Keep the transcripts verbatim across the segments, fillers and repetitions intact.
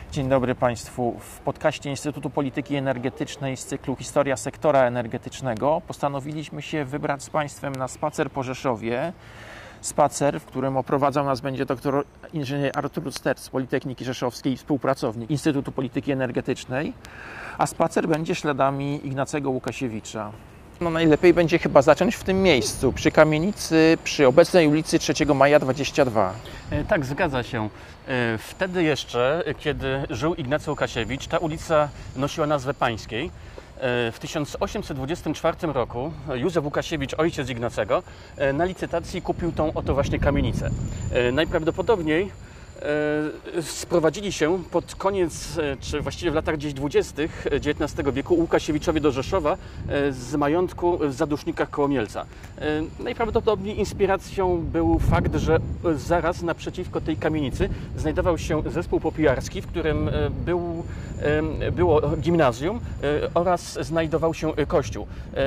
Dzień dobry Państwu. W podcaście Instytutu Polityki Energetycznej z cyklu Historia sektora energetycznego postanowiliśmy się wybrać z Państwem na spacer po Rzeszowie. Spacer, w którym oprowadzał nas będzie doktor inżynier Artur Sterc z Politechniki Rzeszowskiej, współpracownik Instytutu Polityki Energetycznej, a spacer będzie śladami Ignacego Łukasiewicza. No najlepiej będzie chyba zacząć w tym miejscu, przy kamienicy, przy obecnej ulicy trzeciego Maja dwadzieścia dwa. Tak, zgadza się. Wtedy jeszcze, kiedy żył Ignacy Łukasiewicz, ta ulica nosiła nazwę Pańskiej. W tysiąc osiemset dwudziestym czwartym roku Józef Łukasiewicz, ojciec Ignacego, na licytacji kupił tą oto właśnie kamienicę. Najprawdopodobniej sprowadzili się pod koniec, czy właściwie w latach gdzieś dwudziestych dziewiętnastego wieku Łukasiewiczowie do Rzeszowa z majątku w Zadusznikach koło Mielca. Najprawdopodobniej inspiracją był fakt, że zaraz naprzeciwko tej kamienicy znajdował się zespół popijarski, w którym był, było gimnazjum oraz znajdował się kościół.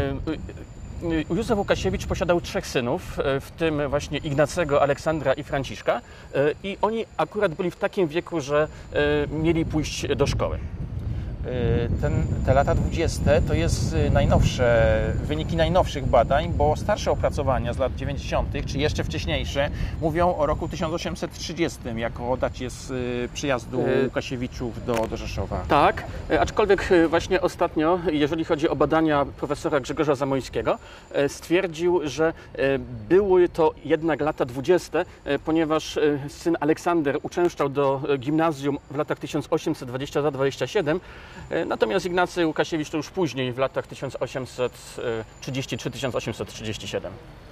Józef Łukasiewicz posiadał trzech synów, w tym właśnie Ignacego, Aleksandra i Franciszka, i oni akurat byli w takim wieku, że mieli pójść do szkoły. Ten, te lata dwudzieste to jest najnowsze, wyniki najnowszych badań, bo starsze opracowania z lat dziewięćdziesiątych, czy jeszcze wcześniejsze, mówią o roku tysiąc osiemset trzydziestym jako o dacie z przyjazdu Łukasiewiczów do, do Rzeszowa. Tak, aczkolwiek właśnie ostatnio, jeżeli chodzi o badania profesora Grzegorza Zamojskiego, stwierdził, że były to jednak lata dwudzieste, ponieważ syn Aleksander uczęszczał do gimnazjum w latach tysiąc osiemset dwudziestym do dwudziestego siódmego, natomiast Ignacy Łukasiewicz to już później, w latach tysiąc osiemset trzydziestym trzecim do tysiąc osiemset trzydziestego siódmego.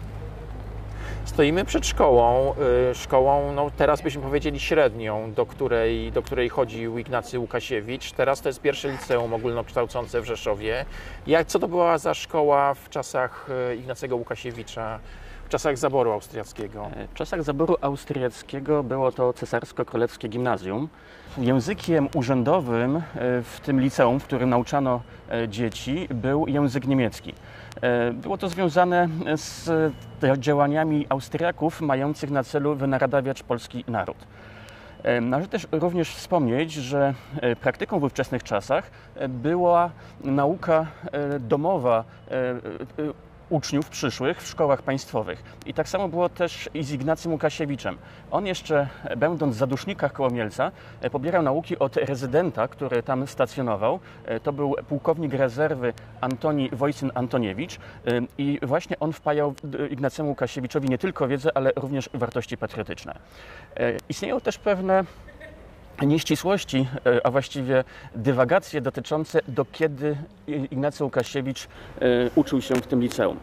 Stoimy przed szkołą, szkołą, no teraz byśmy powiedzieli średnią, do której, do której chodził Ignacy Łukasiewicz. Teraz to jest pierwsze liceum ogólnokształcące w Rzeszowie. Jak, co to była za szkoła w czasach Ignacego Łukasiewicza, w czasach zaboru austriackiego? W czasach zaboru austriackiego było to cesarsko-królewskie gimnazjum. Językiem urzędowym w tym liceum, w którym nauczano dzieci, był język niemiecki. Było to związane z działaniami Austriaków mających na celu wynaradawiać polski naród. Należy też również wspomnieć, że praktyką w ówczesnych czasach była nauka domowa uczniów przyszłych w szkołach państwowych. I tak samo było też i z Ignacym Łukasiewiczem. On jeszcze, będąc w Zadusznikach koło Mielca, pobierał nauki od rezydenta, który tam stacjonował. To był pułkownik rezerwy Antoni Wojcyn Antoniewicz i właśnie on wpajał Ignacemu Łukasiewiczowi nie tylko wiedzę, ale również wartości patriotyczne. Istnieją też pewne nieścisłości, a właściwie dywagacje dotyczące, do kiedy Ignacy Łukasiewicz uczył się w tym liceum.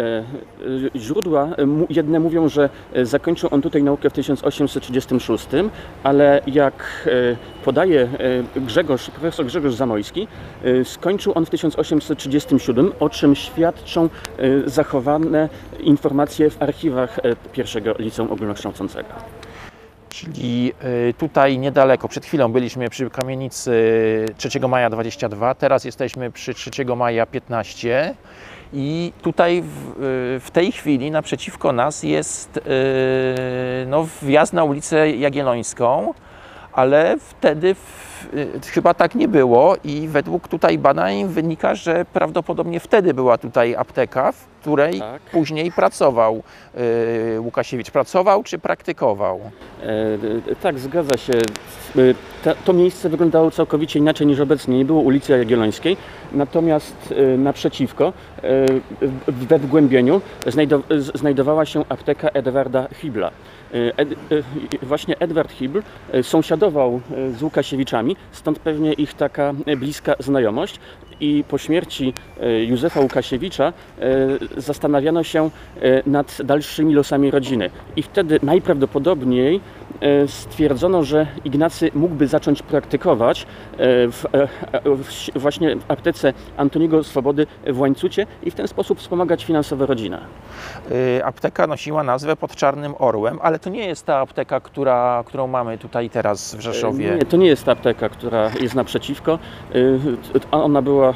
Źródła jedne mówią, że zakończył on tutaj naukę w tysiąc osiemset trzydziestym szóstym, ale jak podaje Grzegorz, profesor Grzegorz Zamojski, skończył on w tysiąc osiemset trzydziestym siódmym, o czym świadczą zachowane informacje w archiwach pierwszego liceum ogólnokształcącego. Czyli tutaj niedaleko, przed chwilą byliśmy przy kamienicy trzeciego Maja dwadzieścia dwa, teraz jesteśmy przy trzeciego Maja piętnaście i tutaj w, w tej chwili naprzeciwko nas jest no, wjazd na ulicę Jagiellońską, ale wtedy w, chyba tak nie było i według tutaj badań wynika, że prawdopodobnie wtedy była tutaj apteka, w której tak później pracował y, Łukasiewicz. Pracował czy praktykował? E, tak, zgadza się. Ta, to miejsce wyglądało całkowicie inaczej niż obecnie. Nie było ulicy Jagiellońskiej, natomiast e, naprzeciwko, e, we wgłębieniu, znajdow znajdowała się apteka Edwarda Hibla. Ed, właśnie Edward Hibl sąsiadował z Łukasiewiczami, stąd pewnie ich taka bliska znajomość i po śmierci Józefa Łukasiewicza zastanawiano się nad dalszymi losami rodziny. I wtedy najprawdopodobniej stwierdzono, że Ignacy mógłby zacząć praktykować w, w, właśnie w aptece Antoniego Swobody w Łańcucie i w ten sposób wspomagać finansowo rodzinę. Apteka nosiła nazwę Pod Czarnym Orłem, ale to nie jest ta apteka, która, którą mamy tutaj teraz w Rzeszowie. Nie, to nie jest ta apteka, która jest naprzeciwko. Ona była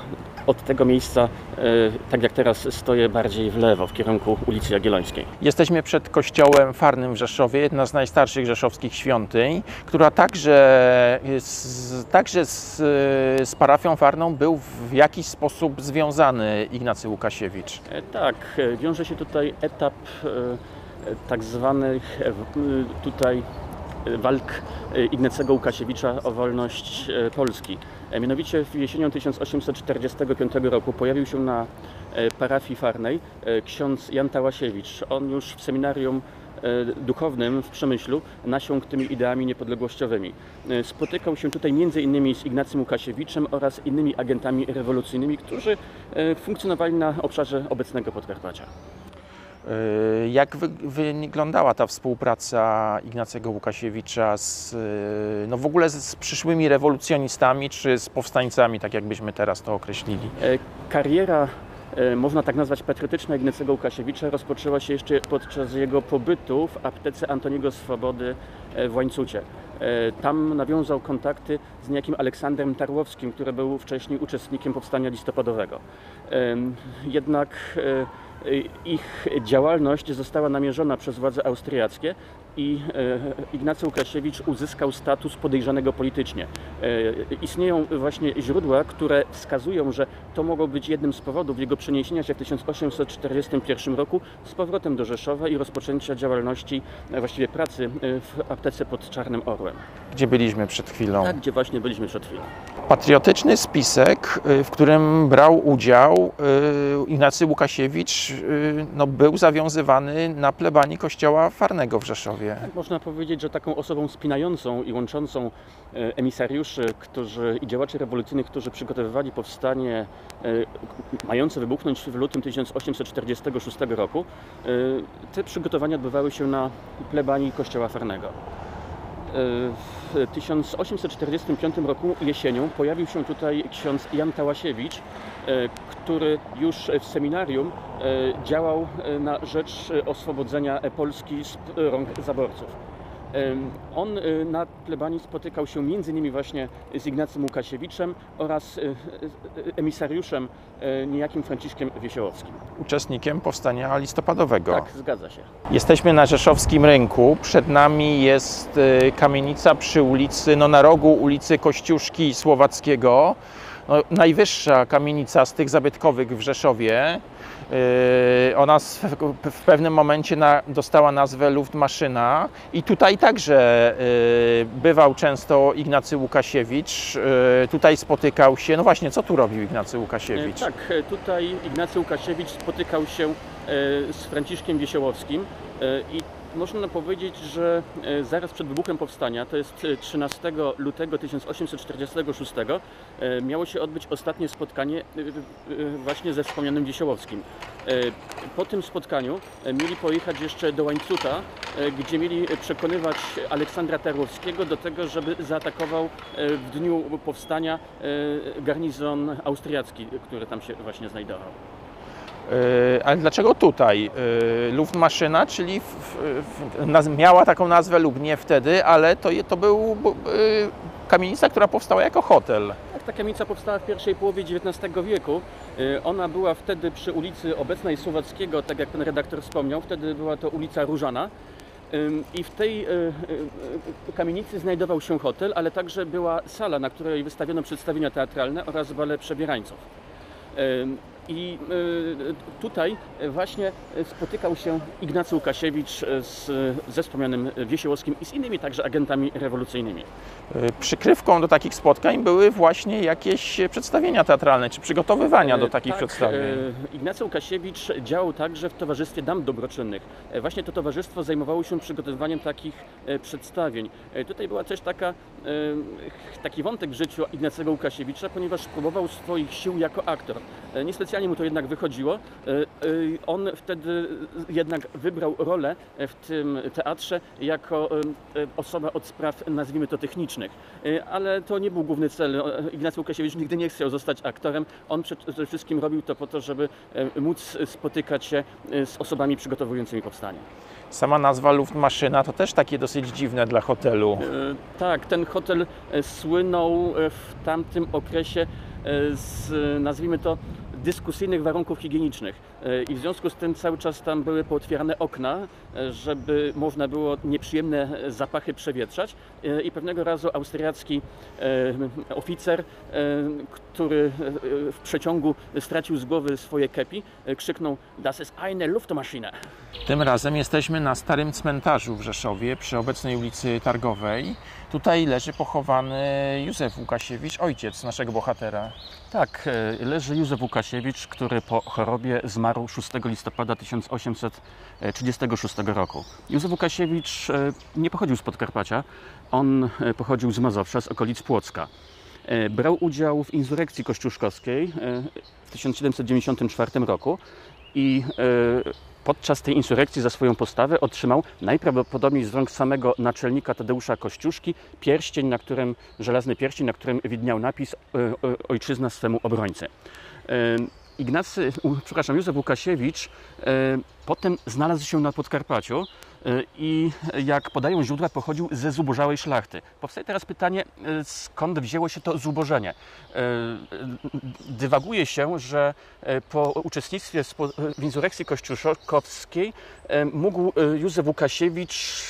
od tego miejsca, tak jak teraz stoję, bardziej w lewo, w kierunku ulicy Jagiellońskiej. Jesteśmy przed kościołem Farnym w Rzeszowie, jedna z najstarszych rzeszowskich świątyń, która także, z, także z, z parafią Farną był w jakiś sposób związany Ignacy Łukasiewicz. Tak, wiąże się tutaj etap tak zwanych tutaj walk Ignacego Łukasiewicza o wolność Polski. Mianowicie jesienią tysiąc osiemset czterdziestego piątego roku pojawił się na parafii Farnej ksiądz Jan Tałasiewicz. On już w seminarium duchownym w Przemyślu nasiąkł tymi ideami niepodległościowymi. Spotykał się tutaj między innymi z Ignacym Łukasiewiczem oraz innymi agentami rewolucyjnymi, którzy funkcjonowali na obszarze obecnego Podkarpacia. Jak wy, wyglądała ta współpraca Ignacego Łukasiewicza z, no w ogóle z, z przyszłymi rewolucjonistami czy z powstańcami, tak jakbyśmy teraz to określili? Kariera, można tak nazwać, patriotyczna Ignacego Łukasiewicza rozpoczęła się jeszcze podczas jego pobytu w aptece Antoniego Swobody w Łańcucie. Tam nawiązał kontakty z niejakim Aleksandrem Tarłowskim, który był wcześniej uczestnikiem powstania listopadowego. Jednak ich działalność została namierzona przez władze austriackie i Ignacy Łukasiewicz uzyskał status podejrzanego politycznie. Istnieją właśnie źródła, które wskazują, że to mogło być jednym z powodów jego przeniesienia się w tysiąc osiemset czterdziestym pierwszym roku z powrotem do Rzeszowa i rozpoczęcia działalności, właściwie pracy w aptece pod Czarnym Orłem. Gdzie byliśmy przed chwilą. Tak, gdzie właśnie byliśmy przed chwilą. Patriotyczny spisek, w którym brał udział Ignacy Łukasiewicz, no, był zawiązywany na plebanii kościoła Farnego w Rzeszowie. Tak, można powiedzieć, że taką osobą spinającą i łączącą emisariuszy którzy, i działaczy rewolucyjnych, którzy przygotowywali powstanie mające wybuchnąć w lutym tysiąc osiemset czterdziestego szóstego roku, te przygotowania odbywały się na plebanii kościoła Farnego. W tysiąc osiemset czterdziestym piątym roku jesienią pojawił się tutaj ksiądz Jan Tałasiewicz, który już w seminarium działał na rzecz oswobodzenia Polski z rąk zaborców. On na plebanii spotykał się między innymi właśnie z Ignacym Łukasiewiczem oraz emisariuszem niejakim Franciszkiem Wiesiołowskim. Uczestnikiem powstania listopadowego. Tak, zgadza się. Jesteśmy na rzeszowskim rynku. Przed nami jest kamienica przy ulicy, no na rogu ulicy Kościuszki Słowackiego. No, najwyższa kamienica z tych zabytkowych w Rzeszowie. Yy, ona w pewnym momencie na, dostała nazwę Luftmaszyna i tutaj także yy, bywał często Ignacy Łukasiewicz. Yy, tutaj spotykał się, no właśnie, co tu robił Ignacy Łukasiewicz? Tak, tutaj Ignacy Łukasiewicz spotykał się z Franciszkiem Wiesiołowskim i można powiedzieć, że zaraz przed wybuchem powstania, to jest trzynastego lutego tysiąc osiemset czterdziestego szóstego, miało się odbyć ostatnie spotkanie właśnie ze wspomnianym Wiesiołowskim. Po tym spotkaniu mieli pojechać jeszcze do Łańcuta, gdzie mieli przekonywać Aleksandra Tarłowskiego do tego, żeby zaatakował w dniu powstania garnizon austriacki, który tam się właśnie znajdował. Yy, ale dlaczego tutaj? Yy, Luftmaszyna, czyli w, w, naz, miała taką nazwę lub nie wtedy, ale to, to był yy, kamienica, która powstała jako hotel. Tak, ta kamienica powstała w pierwszej połowie dziewiętnastego wieku. Yy, ona była wtedy przy ulicy obecnej Słowackiego, tak jak pan redaktor wspomniał, wtedy była to ulica Różana. I w tej kamienicy znajdował się hotel, ale także była sala, na której wystawiono przedstawienia teatralne oraz bale przebierańców. I tutaj właśnie spotykał się Ignacy Łukasiewicz z, ze wspomnianym Wiesiołowskim i z innymi także agentami rewolucyjnymi. Przykrywką do takich spotkań były właśnie jakieś przedstawienia teatralne, czy przygotowywania do takich tak, przedstawień. Ignacy Łukasiewicz działał także w Towarzystwie Dam Dobroczynnych. Właśnie to towarzystwo zajmowało się przygotowywaniem takich przedstawień. Tutaj była też taka, taki wątek w życiu Ignacego Łukasiewicza, ponieważ próbował swoich sił jako aktor. Niespecjalnie mu to jednak wychodziło. On wtedy jednak wybrał rolę w tym teatrze jako osoba od spraw, nazwijmy to, technicznych. Ale to nie był główny cel. Ignacy Łukasiewicz nigdy nie chciał zostać aktorem. On przede wszystkim robił to po to, żeby móc spotykać się z osobami przygotowującymi powstanie. Sama nazwa Luftmaszyna to też takie dosyć dziwne dla hotelu. Tak, ten hotel słynął w tamtym okresie z, nazwijmy to, dyskusyjnych warunków higienicznych i w związku z tym cały czas tam były pootwierane okna, żeby można było nieprzyjemne zapachy przewietrzać i pewnego razu austriacki oficer, który w przeciągu stracił z głowy swoje kepi, krzyknął: „Das ist eine Luftmaschine”. Tym razem jesteśmy na starym cmentarzu w Rzeszowie przy obecnej ulicy Targowej. Tutaj leży pochowany Józef Łukasiewicz, ojciec naszego bohatera. Tak, leży Józef Łukasiewicz, który po chorobie zmarł szóstego listopada tysiąc osiemset trzydziestego szóstego roku. Józef Łukasiewicz nie pochodził z Podkarpacia, on pochodził z Mazowsza, z okolic Płocka. Brał udział w insurekcji kościuszkowskiej w tysiąc siedemset dziewięćdziesiątym czwartym roku i podczas tej insurekcji za swoją postawę otrzymał najprawdopodobniej z rąk samego naczelnika Tadeusza Kościuszki pierścień, na którym, żelazny pierścień, na którym widniał napis „Ojczyzna swemu obrońcy”. Ignacy, przepraszam, Józef Łukasiewicz potem znalazł się na Podkarpaciu i, jak podają źródła, pochodził ze zubożałej szlachty. Powstaje teraz pytanie, skąd wzięło się to zubożenie. Dywaguje się, że po uczestnictwie w insurekcji kościuszkowskiej mógł Józef Łukasiewicz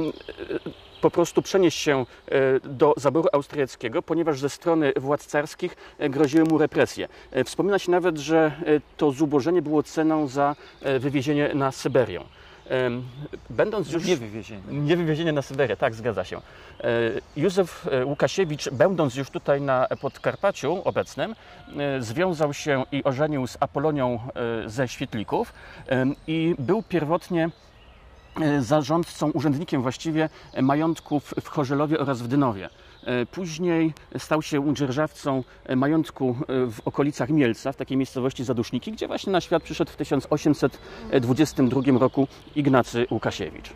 po prostu przenieść się do zaboru austriackiego, ponieważ ze strony władz carskich groziły mu represje. Wspomina się nawet, że to zubożenie było ceną za wywiezienie na Syberię. Będąc już... Nie wywiezienie. Nie wywiezienie na Syberię, tak, zgadza się. Józef Łukasiewicz, będąc już tutaj na Podkarpaciu obecnym, związał się i ożenił z Apolonią ze Świetlików i był pierwotnie zarządcą, urzędnikiem właściwie majątków w Chorzelowie oraz w Dynowie. Później stał się dzierżawcą majątku w okolicach Mielca, w takiej miejscowości Zaduszniki, gdzie właśnie na świat przyszedł w tysiąc osiemset dwudziestym drugim roku Ignacy Łukasiewicz.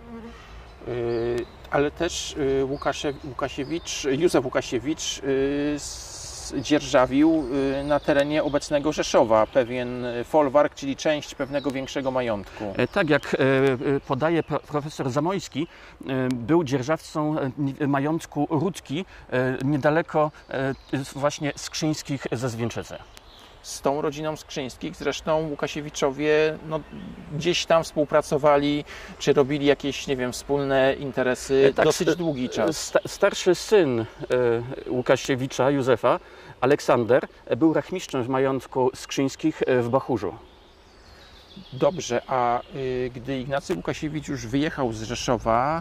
Ale też Łukasiewicz, Józef Łukasiewicz dzierżawił na terenie obecnego Rzeszowa pewien folwark, czyli część pewnego większego majątku. Tak, jak podaje profesor Zamojski, był dzierżawcą majątku Rudki niedaleko właśnie Skrzyńskich ze Zwieńczycy. Z tą rodziną Skrzyńskich zresztą Łukasiewiczowie no, gdzieś tam współpracowali, czy robili jakieś, nie wiem, wspólne interesy tak, dosyć długi czas. Starszy syn Łukasiewicza, Józefa, Aleksander, był rachmistrzem w majątku Skrzyńskich w Bachurzu. Dobrze, a y, gdy Ignacy Łukasiewicz już wyjechał z Rzeszowa,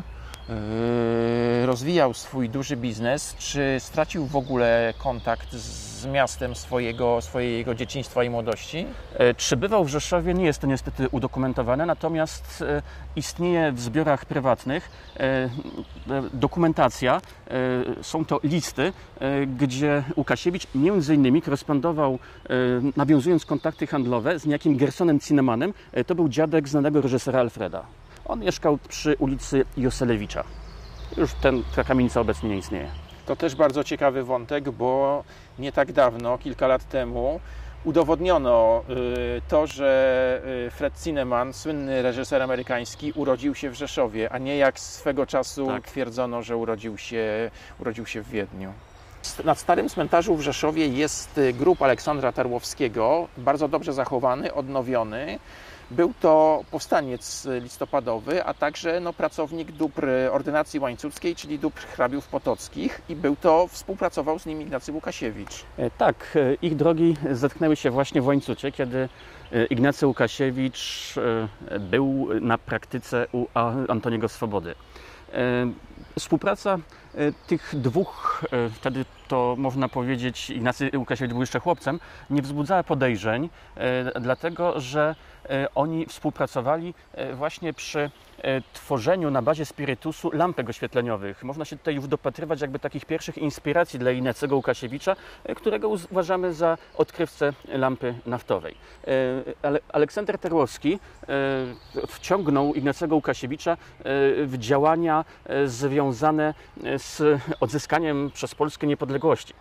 y, rozwijał swój duży biznes, czy stracił w ogóle kontakt z miastem swojego, swojego dzieciństwa i młodości? Czy bywał w Rzeszowie? Nie jest to niestety udokumentowane, natomiast istnieje w zbiorach prywatnych dokumentacja, są to listy, gdzie Łukasiewicz między innymi korespondował, nawiązując kontakty handlowe z niejakim Gersonem Zinnemanem. To był dziadek znanego reżysera Alfreda. On mieszkał przy ulicy Joselewicza. Już ten, ta kamienica obecnie nie istnieje. To też bardzo ciekawy wątek, bo nie tak dawno, kilka lat temu, udowodniono to, że Fred Zinnemann, słynny reżyser amerykański, urodził się w Rzeszowie, a nie jak swego czasu tak twierdzono, że urodził się, urodził się w Wiedniu. Na starym cmentarzu w Rzeszowie jest grób Aleksandra Terłowskiego, bardzo dobrze zachowany, odnowiony. Był to powstaniec listopadowy, a także no, pracownik dóbr ordynacji łańcuckiej, czyli dóbr hrabiów potockich, i był to, współpracował z nim Ignacy Łukasiewicz. Tak, ich drogi zetknęły się właśnie w Łańcucie, kiedy Ignacy Łukasiewicz był na praktyce u Antoniego Swobody. Współpraca tych dwóch, wtedy to można powiedzieć, Ignacy Łukasiewicz był jeszcze chłopcem, nie wzbudzała podejrzeń, dlatego że oni współpracowali właśnie przy tworzeniu na bazie spirytusu lampek oświetleniowych. Można się tutaj już dopatrywać jakby takich pierwszych inspiracji dla Ignacego Łukasiewicza, którego uważamy za odkrywcę lampy naftowej. Ale Aleksander Terłowski wciągnął Ignacego Łukasiewicza w działania związane z odzyskaniem przez Polskę niepodległości.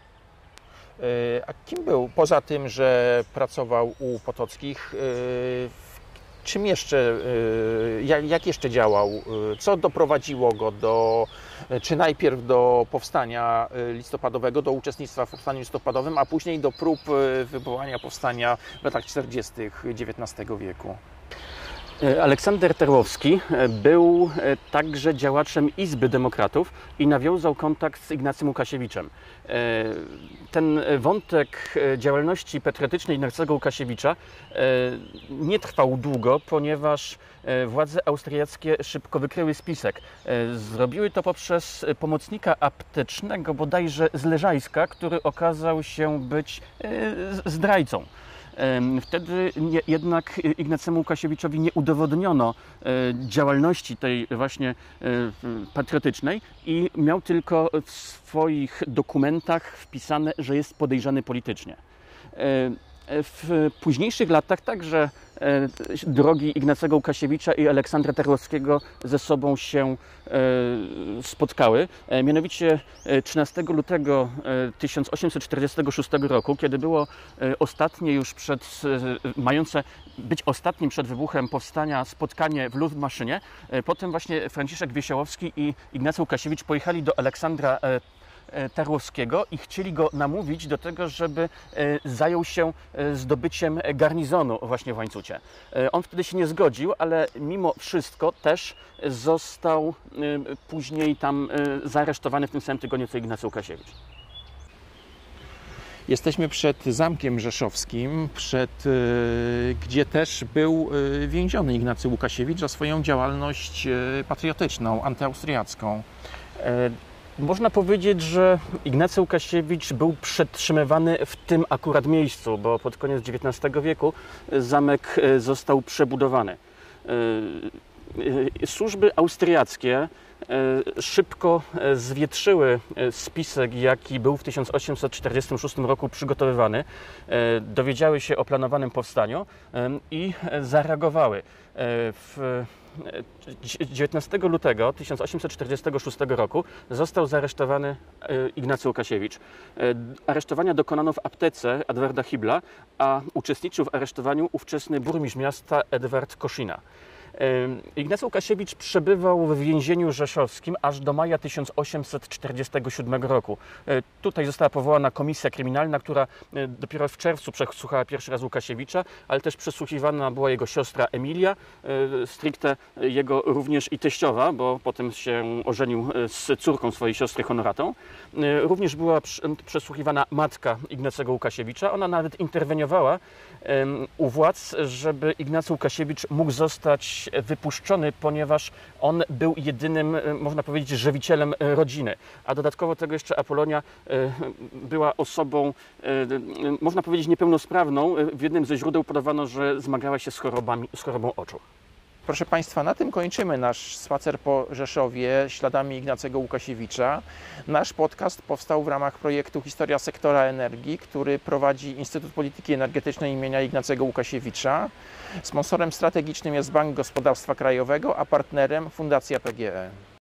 A kim był, poza tym, że pracował u Potockich, czym jeszcze, jak, jak jeszcze działał, co doprowadziło go do, czy najpierw do powstania listopadowego, do uczestnictwa w powstaniu listopadowym, a później do prób wywołania powstania w latach czterdziestych dziewiętnastego wieku. Aleksander Terłowski był także działaczem Izby Demokratów i nawiązał kontakt z Ignacym Łukasiewiczem. Ten wątek działalności patriotycznej Ignacego Łukasiewicza nie trwał długo, ponieważ władze austriackie szybko wykryły spisek. Zrobiły to poprzez pomocnika aptecznego, bodajże z Leżajska, który okazał się być zdrajcą. Wtedy jednak Ignacemu Łukasiewiczowi nie udowodniono działalności tej właśnie patriotycznej i miał tylko w swoich dokumentach wpisane, że jest podejrzany politycznie. W późniejszych latach także drogi Ignacego Łukasiewicza i Aleksandra Terłowskiego ze sobą się spotkały. Mianowicie trzynastego lutego tysiąc osiemset czterdziestego szóstego roku, kiedy było ostatnie już przed, mające być ostatnim przed wybuchem powstania spotkanie w Luftmaszynie, potem właśnie Franciszek Wiesiołowski i Ignacy Łukasiewicz pojechali do Aleksandra Terłowskiego i chcieli go namówić do tego, żeby zajął się zdobyciem garnizonu właśnie w Łańcucie. On wtedy się nie zgodził, ale mimo wszystko też został później tam zaaresztowany w tym samym tygodniu co Ignacy Łukasiewicz. Jesteśmy przed Zamkiem Rzeszowskim, przed, gdzie też był więziony Ignacy Łukasiewicz za swoją działalność patriotyczną, antyaustriacką. Można powiedzieć, że Ignacy Łukasiewicz był przetrzymywany w tym akurat miejscu, bo pod koniec dziewiętnastego wieku zamek został przebudowany. Służby austriackie szybko zwietrzyły spisek, jaki był w tysiąc osiemset czterdziestym szóstym roku przygotowywany. Dowiedziały się o planowanym powstaniu i zareagowały. W dziewiętnastego lutego tysiąc osiemset czterdziestego szóstego roku został zaaresztowany Ignacy Łukasiewicz. Aresztowania dokonano w aptece Edwarda Hibla, a uczestniczył w aresztowaniu ówczesny burmistrz miasta Edward Koszina. Ignacy Łukasiewicz przebywał w więzieniu rzeszowskim aż do maja tysiąc osiemset czterdziestego siódmego roku. Tutaj została powołana komisja kryminalna, która dopiero w czerwcu przesłuchała pierwszy raz Łukasiewicza, ale też przesłuchiwana była jego siostra Emilia, stricte jego również i teściowa, bo potem się ożenił z córką swojej siostry Honoratą. Również była przesłuchiwana matka Ignacego Łukasiewicza. Ona nawet interweniowała u władz, żeby Ignacy Łukasiewicz mógł zostać wypuszczony, ponieważ on był jedynym, można powiedzieć, żywicielem rodziny. A dodatkowo tego jeszcze Apolonia była osobą, można powiedzieć, niepełnosprawną. W jednym ze źródeł podawano, że zmagała się z, chorobami, z chorobą oczu. Proszę Państwa, na tym kończymy nasz spacer po Rzeszowie śladami Ignacego Łukasiewicza. Nasz podcast powstał w ramach projektu Historia sektora energii, który prowadzi Instytut Polityki Energetycznej imienia Ignacego Łukasiewicza. Sponsorem strategicznym jest Bank Gospodarstwa Krajowego, a partnerem Fundacja P G E.